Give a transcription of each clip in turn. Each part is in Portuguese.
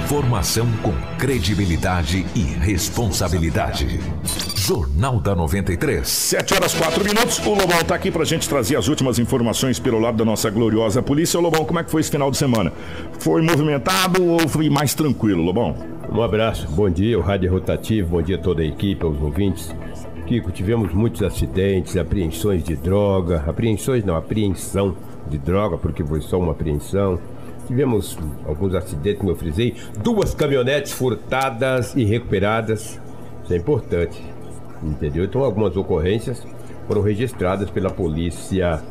Informação com credibilidade e responsabilidade. Jornal da 93. 7h04. O Lobão tá aqui pra gente trazer as últimas informações pelo lado da nossa gloriosa polícia. Ô, Lobão, como é que foi esse final de semana? Foi movimentado ou foi mais tranquilo, Lobão? Um abraço, bom dia, o Rádio Rotativo, bom dia a toda a equipe, aos ouvintes. Kiko, tivemos muitos acidentes, apreensões de droga, apreensão de droga, porque foi só uma apreensão. Tivemos alguns acidentes, como eu frisei, 2 caminhonetes furtadas e recuperadas. Isso é importante, entendeu? Então algumas ocorrências foram registradas pela Polícia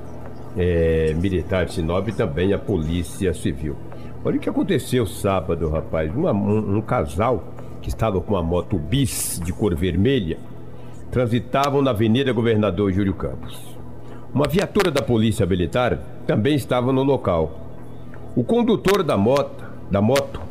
Militar de Sinop e também a Polícia Civil. Olha o que aconteceu sábado, rapaz. Um casal que estava com uma moto bis de cor vermelha transitavam na Avenida Governador Júlio Campos. Uma viatura da Polícia Militar também estava no local. O condutor da moto,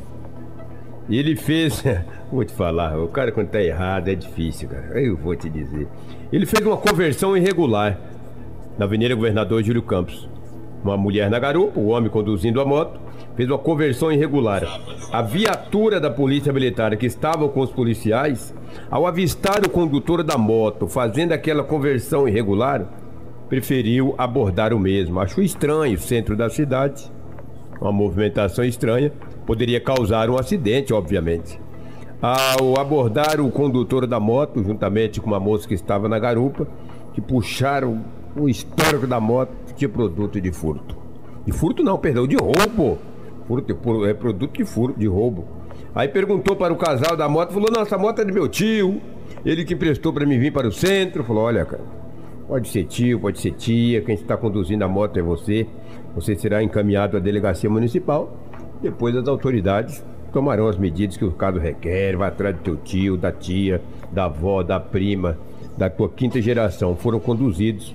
ele fez... Vou te falar, o cara quando tá errado é difícil, cara. Eu vou te dizer. Ele fez uma conversão irregular na Avenida Governador Júlio Campos. Uma mulher na garupa, o homem conduzindo a moto, fez uma conversão irregular. A viatura da Polícia Militar que estava com os policiais, ao avistar o condutor da moto fazendo aquela conversão irregular, preferiu abordar o mesmo. Achou estranho o centro da cidade. Uma movimentação estranha poderia causar um acidente, obviamente. Ao abordar o condutor da moto, juntamente com uma moça que estava na garupa, que puxaram o histórico da moto, que tinha produto de furto. De furto não, perdão, de roubo. É produto de furto, de roubo. Aí perguntou para o casal da moto, falou, não, essa moto é do meu tio, ele que emprestou para mim vir para o centro. Falou, olha, cara, pode ser tio, pode ser tia, quem está conduzindo a moto é você. Você será encaminhado à delegacia municipal. Depois as autoridades tomarão as medidas que o caso requer. Vai atrás do teu tio, da tia, da avó, da prima, da tua quinta geração. Foram conduzidos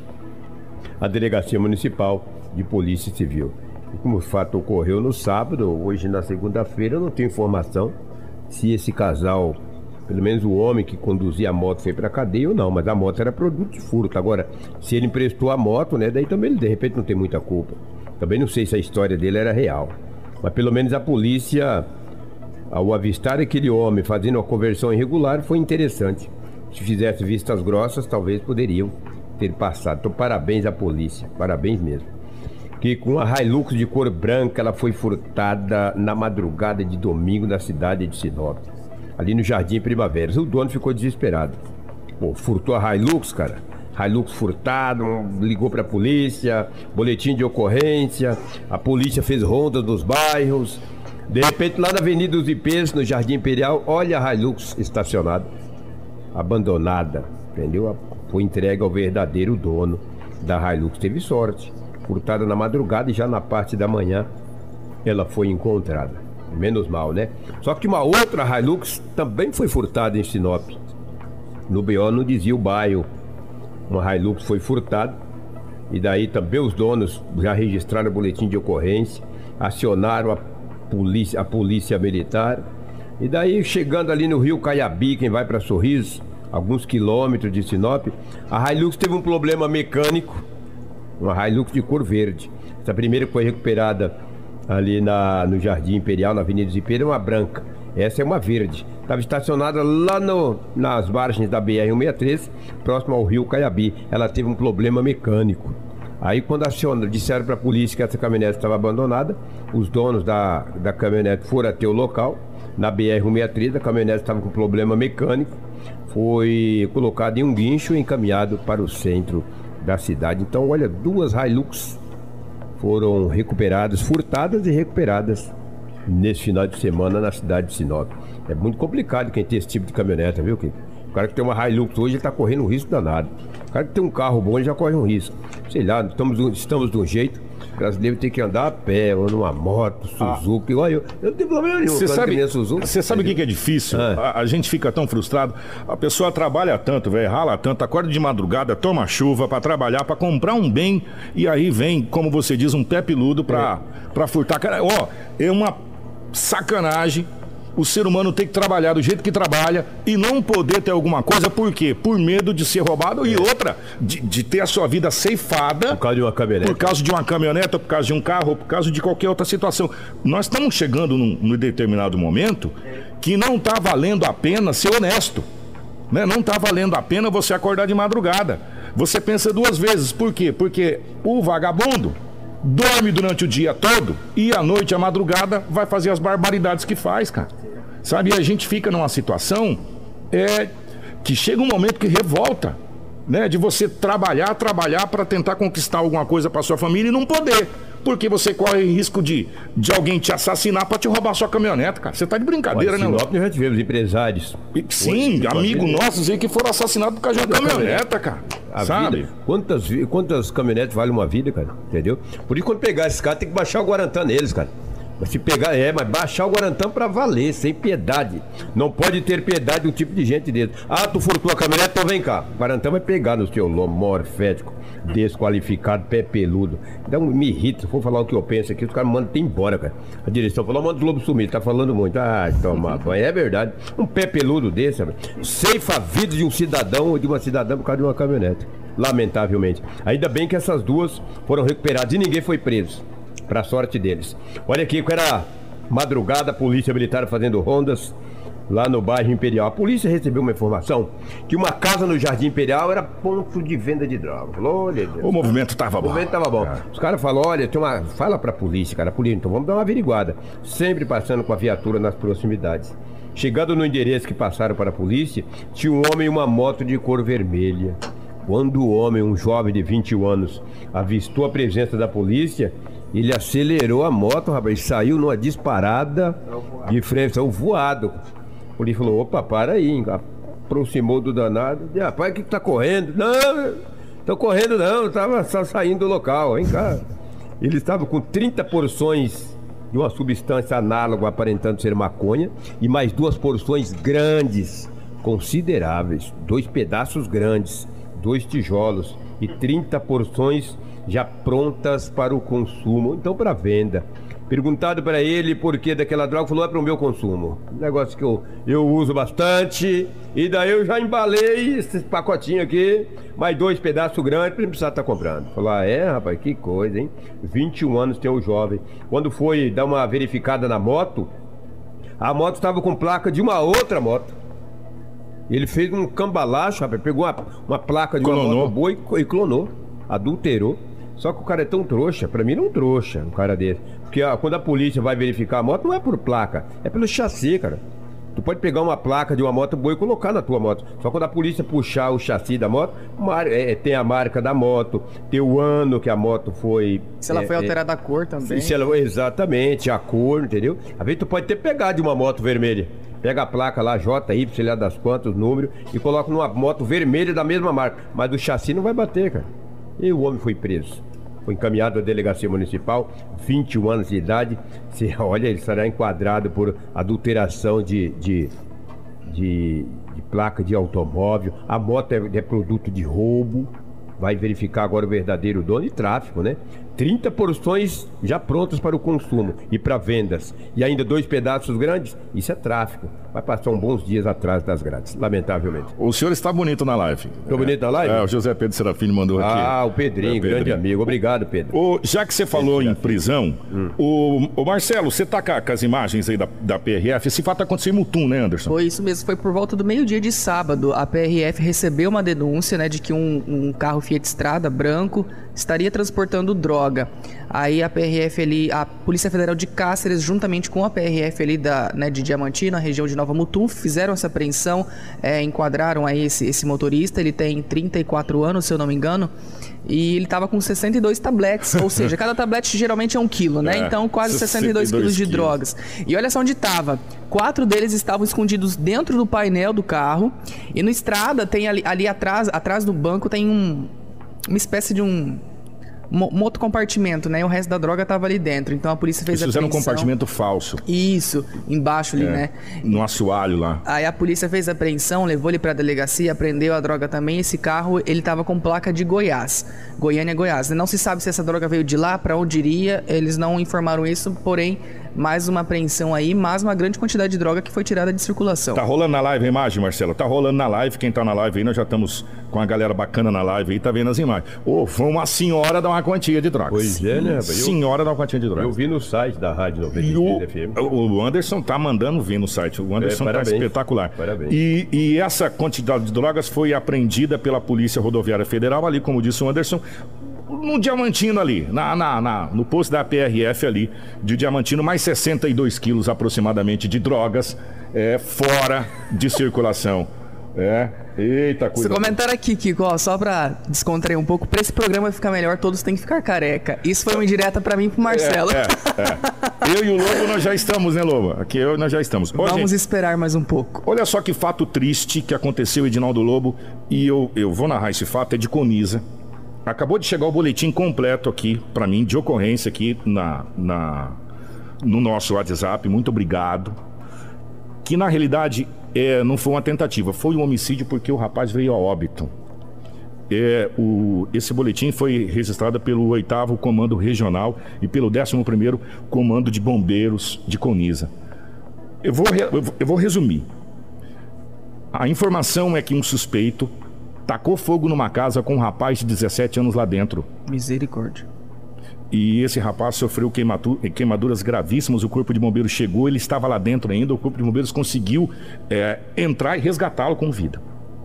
à delegacia municipal de polícia civil. E como o fato ocorreu no sábado, hoje na segunda-feira, eu não tenho informação se esse casal, pelo menos o homem que conduzia a moto, foi pra cadeia ou não, mas a moto era produto de furto. Agora, se ele emprestou a moto, né, daí também ele de repente não tem muita culpa. Também não sei se a história dele era real. Mas pelo menos a polícia, ao avistar aquele homem fazendo uma conversão irregular, foi interessante. Se fizesse vistas grossas, talvez poderiam ter passado. Então parabéns à polícia, parabéns mesmo. Que com a Hilux de cor branca, ela foi furtada na madrugada de domingo na cidade de Sinop, ali no Jardim Primaveras. O dono ficou desesperado. Pô, furtou a Hilux, cara. Hilux furtado, ligou pra polícia, boletim de ocorrência, a polícia fez rondas nos bairros. De repente, lá na Avenida dos Ipês, no Jardim Imperial, olha a Hilux estacionada, abandonada, entendeu? Foi entregue ao verdadeiro dono da Hilux. Teve sorte. Furtada na madrugada e já na parte da manhã ela foi encontrada. Menos mal, né? Só que uma outra Hilux também foi furtada em Sinop. No BO não dizia o bairro. Uma Hilux foi furtada e daí também os donos já registraram o boletim de ocorrência, acionaram a polícia militar. E daí chegando ali no Rio Caiabi, quem vai para Sorriso, alguns quilômetros de Sinop, a Hilux teve um problema mecânico. Uma Hilux de cor verde. Essa primeira foi recuperada ali no Jardim Imperial, na Avenida dos Ipês, é uma branca. Essa é uma verde. Estava estacionada lá nas margens da BR-163, próximo ao Rio Caiabi. Ela teve um problema mecânico. Aí quando disseram para a polícia que essa caminhonete estava abandonada, os donos da caminhonete foram até o local. Na BR-163, a caminhonete estava com problema mecânico. Foi colocada em um guincho e encaminhado para o centro da cidade. Então, olha, 2 Hilux foram recuperadas, furtadas e recuperadas nesse final de semana na cidade de Sinop. É muito complicado quem tem esse tipo de caminhonete, viu, Kiko? O cara que tem uma Hilux hoje, ele tá correndo um risco danado. O cara que tem um carro bom, ele já corre um risco. Sei lá, estamos de um jeito. O brasileiro tem que andar a pé, ou numa moto, Suzuki, igual eu. Eu não tenho problema nenhum. Você sabe o que é difícil? A gente fica tão frustrado. A pessoa trabalha tanto, velho, rala tanto, acorda de madrugada, toma chuva pra trabalhar, pra comprar um bem, e aí vem, como você diz, um pé peludo pra furtar. Cara, ó, é uma sacanagem o ser humano tem que trabalhar do jeito que trabalha e não poder ter alguma coisa, por quê? Por medo de ser roubado e outra, de ter a sua vida ceifada por causa de uma caminhonete, por causa de uma caminhonete, ou por causa de um carro, ou por causa de qualquer outra situação. Nós estamos chegando num determinado momento que não está valendo a pena ser honesto, né? Não está valendo a pena você acordar de madrugada. Você pensa duas vezes, por quê? Porque o vagabundo dorme durante o dia todo e à noite, à madrugada, vai fazer as barbaridades que faz, cara. Sabe, e a gente fica numa situação que chega um momento que revolta, né? De você trabalhar para tentar conquistar alguma coisa para sua família e não poder. Porque você corre risco de alguém te assassinar para te roubar sua caminhonete, cara. Você tá de brincadeira, né? Nós já tivemos empresários. Sim, amigos nossos aí que foram assassinados por causa de uma caminhonete, cara. Sabe? Quantas caminhonetes valem uma vida, cara? Entendeu? Por isso, quando pegar esses caras, tem que baixar o Guarantã neles, cara. Mas se pegar, mas baixar o Guarantã pra valer, sem piedade. Não pode ter piedade do tipo de gente desse. Ah, tu furtou a caminhonete, então vem cá. O Guarantã vai pegar no seu lombo morfético, desqualificado, pé peludo. Então me irrita, se for falar o que eu penso aqui, os caras mandam até embora, cara. A direção falou, manda o lobo sumir, tá falando muito. Ah, toma banho, é verdade. Um pé peludo desse, sabe? Ceifa a vida de um cidadão ou de uma cidadã por causa de uma caminhonete. Lamentavelmente. Ainda bem que essas duas foram recuperadas e ninguém foi preso. Pra sorte deles. Olha aqui, era madrugada, a polícia militar fazendo rondas lá no bairro Imperial. A polícia recebeu uma informação que uma casa no Jardim Imperial era ponto de venda de droga. Olha, o movimento tava bom. O movimento tava bom. Os caras falaram, olha, fala pra polícia, cara. Polícia, então vamos dar uma averiguada. Sempre passando com a viatura nas proximidades. Chegando no endereço que passaram para a polícia, tinha um homem e uma moto de cor vermelha. Quando o homem, um jovem de 21 anos, avistou a presença da polícia, ele acelerou a moto, rapaz, e saiu numa disparada de frente, saiu voado. O polícia falou, opa, para aí, hein? Aproximou do danado. Rapaz, o que tá correndo? Não, tô correndo não, tava só saindo do local, hein, cara? Ele estava com 30 porções de uma substância análoga aparentando ser maconha e mais 2 porções grandes, consideráveis, 2 pedaços grandes, 2 tijolos e 30 porções já prontas para o consumo, então para venda. Perguntado para ele por que daquela droga, falou, é para o meu consumo. Negócio que eu uso bastante, e daí eu já embalei esse pacotinho aqui, mais 2 pedaços grandes, para não precisar estar comprando. Falou, rapaz, que coisa, hein? 21 anos tem o jovem. Quando foi dar uma verificada na moto, a moto estava com placa de uma outra moto. Ele fez um cambalacho, rapaz, pegou uma placa de uma moto boa e clonou, adulterou. Só que o cara é tão trouxa, pra mim não trouxa, um cara desse. Porque quando a polícia vai verificar a moto, não é por placa, é pelo chassi, cara. Tu pode pegar uma placa de uma moto boa e colocar na tua moto. Só quando a polícia puxar o chassi da moto, tem a marca da moto, tem o ano que a moto foi... Se ela foi alterada a cor também. Exatamente, a cor, entendeu? Às vezes tu pode ter pegado de uma moto vermelha. Pega a placa lá, JY, sei lá das quantas, número, e coloca numa moto vermelha da mesma marca. Mas do chassi não vai bater, cara. E o homem foi preso. Foi encaminhado à delegacia municipal, 21 anos de idade. Olha, ele será enquadrado por adulteração de placa de automóvel. A moto é produto de roubo. Vai verificar agora o verdadeiro dono e tráfico, né? 30 porções já prontas para o consumo e para vendas. E ainda 2 pedaços grandes, isso é tráfico. Vai passar uns bons dias atrás das grades, lamentavelmente. O senhor está bonito na live. Estou bonito na live? O José Pedro Serafim mandou aqui. Ah, o Pedrinho, grande amigo. Obrigado, Pedro. Já que você falou em prisão, o Marcelo, você tá com as imagens aí da PRF? Esse fato aconteceu em Mutum, né, Anderson? Foi isso mesmo, foi por volta do meio-dia de sábado. A PRF recebeu uma denúncia, né, de que um carro Fiat Strada branco estaria transportando droga. Aí a PRF ali, a Polícia Federal de Cáceres, juntamente com a PRF ali de Diamantina, região de Nova Mutum, fizeram essa apreensão, enquadraram aí esse motorista. Ele tem 34 anos, se eu não me engano, e ele estava com 62 tabletes, ou seja, cada tablete geralmente é 1 quilo, né? Então quase 62 quilos de drogas. E olha só onde estava. 4 deles estavam escondidos dentro do painel do carro, e no estrada tem ali atrás do banco tem uma espécie de um outro compartimento, né? E o resto da droga tava ali dentro. Então a polícia fez a apreensão. Eles fizeram um compartimento falso. Isso, embaixo ali, né? No assoalho lá. Aí a polícia fez a apreensão, levou ele pra delegacia, apreendeu a droga também. Esse carro, ele tava com placa de Goiás. Goiânia, Goiás. Não se sabe se essa droga veio de lá, pra onde iria. Eles não informaram isso, porém, mais uma apreensão aí, mais uma grande quantidade de droga que foi tirada de circulação. Tá rolando na live a imagem, Marcelo? Tá rolando na live. Quem tá na live aí, nós já estamos com a galera bacana na live aí, tá vendo as imagens. Foi uma senhora dar uma quantia de drogas. Pois é, né? Senhora dar uma quantia de drogas. Eu vi no site da Rádio 93 FM. O Anderson tá mandando ver no site. O Anderson tá espetacular. Parabéns. E essa quantidade de drogas foi apreendida pela Polícia Rodoviária Federal ali, como disse o Anderson, no Diamantino ali, no posto da PRF ali, de Diamantino, mais 62 quilos aproximadamente de drogas fora de circulação. Eita, coisa. Esse comentário aqui, Kiko, ó, só pra descontrair um pouco, pra esse programa ficar melhor, todos têm que ficar careca. Isso foi uma indireta pra mim e pro Marcelo. Eu e o Lobo, nós já estamos, né, Lobo? Aqui nós já estamos. Vamos esperar mais um pouco. Olha só que fato triste que aconteceu, Edinaldo Lobo, e eu vou narrar esse fato, é de Coniza. Acabou de chegar o boletim completo aqui, pra mim, de ocorrência aqui no nosso WhatsApp, muito obrigado. Que na realidade não foi uma tentativa, foi um homicídio porque o rapaz veio a óbito. Esse boletim foi registrado pelo 8º Comando Regional e pelo 11º Comando de Bombeiros de Coniza. Eu vou resumir. A informação é que um suspeito tacou fogo numa casa com um rapaz de 17 anos lá dentro. Misericórdia. E esse rapaz sofreu queimaduras gravíssimas. O corpo de bombeiros chegou, ele estava lá dentro ainda. O corpo de bombeiros conseguiu entrar e resgatá-lo com vida.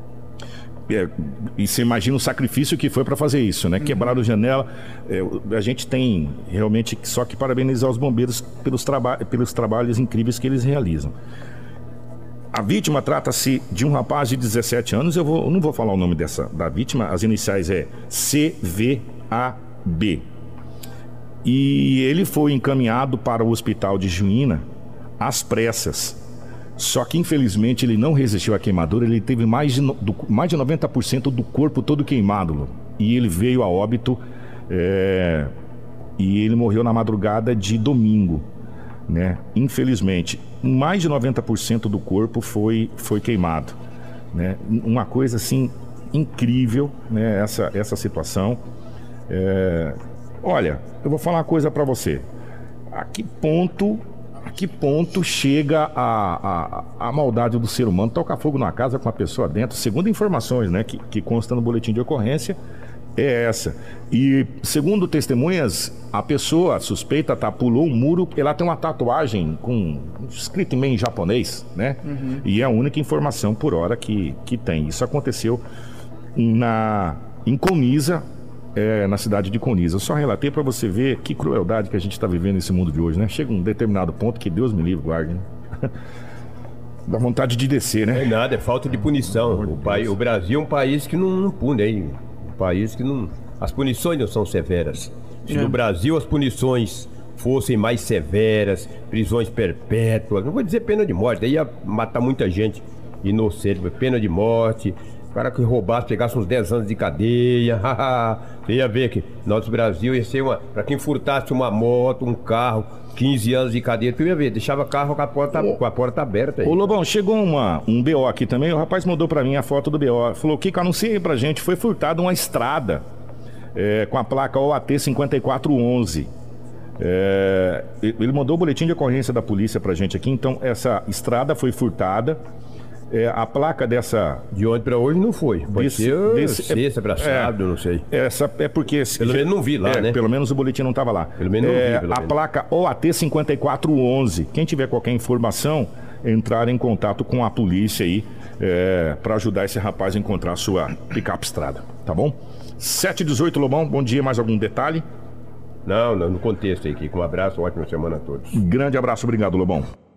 E você imagina o sacrifício que foi para fazer isso, né? Quebraram a janela. A gente tem realmente só que parabenizar os bombeiros pelos trabalhos incríveis que eles realizam. A vítima trata-se de um rapaz de 17 anos. Eu não vou falar o nome da vítima. As iniciais é CVAB. E ele foi encaminhado para o hospital de Juína às pressas. Só que infelizmente ele não resistiu à queimadura. Ele teve mais de 90% do corpo todo queimado. E ele veio a óbito e ele morreu na madrugada de domingo, né? Infelizmente, mais de 90% do corpo foi queimado, né? Uma coisa assim incrível, né? Essa situação. Olha, eu vou falar uma coisa pra você. A que ponto chega a maldade do ser humano? Tocar fogo na casa com a pessoa dentro, segundo informações, né, que consta no boletim de ocorrência, é essa. E segundo testemunhas, a pessoa suspeita pulou um muro. Ela tem uma tatuagem escrito em japonês, né? E é a única informação por hora que tem. Isso aconteceu em Coniza, na cidade de Coniza. Eu só relatei para você ver que crueldade que a gente está vivendo nesse mundo de hoje, né? Chega um determinado ponto que Deus me livre, guarde, né? Dá vontade de descer, né? Não é nada, é falta de punição. O Brasil é um país que não pune, hein? Um país que não... As punições não são severas. Se no Brasil as punições fossem mais severas, prisões perpétuas, não vou dizer pena de morte, daí ia matar muita gente inocente, pena de morte... O cara que roubasse, pegasse uns 10 anos de cadeia. Você ia ver que nosso Brasil ia ser pra quem furtasse uma moto, um carro, 15 anos de cadeia. Tu ia ver, deixava carro com a porta aberta aí. Ô Lobão, chegou um BO aqui também. O rapaz mandou pra mim a foto do BO. Falou, Kiko, anuncia aí pra gente. Foi furtada uma estrada com a placa OAT 5411. Ele mandou o boletim de ocorrência da polícia pra gente aqui. Então essa estrada foi furtada. A placa dessa... De ontem pra hoje não foi. Pode ser sexta pra sábado, não sei. Essa é porque... Pelo menos não vi lá, né? Pelo menos o boletim não tava lá. Pelo menos não vi, a placa OAT 5411. Quem tiver qualquer informação, entrar em contato com a polícia aí, pra ajudar esse rapaz a encontrar a sua picape estrada. Tá bom? 7h18, Lobão. Bom dia. Mais algum detalhe? Não, no contexto aí, Kiko. Um abraço, ótima semana a todos. Grande abraço. Obrigado, Lobão.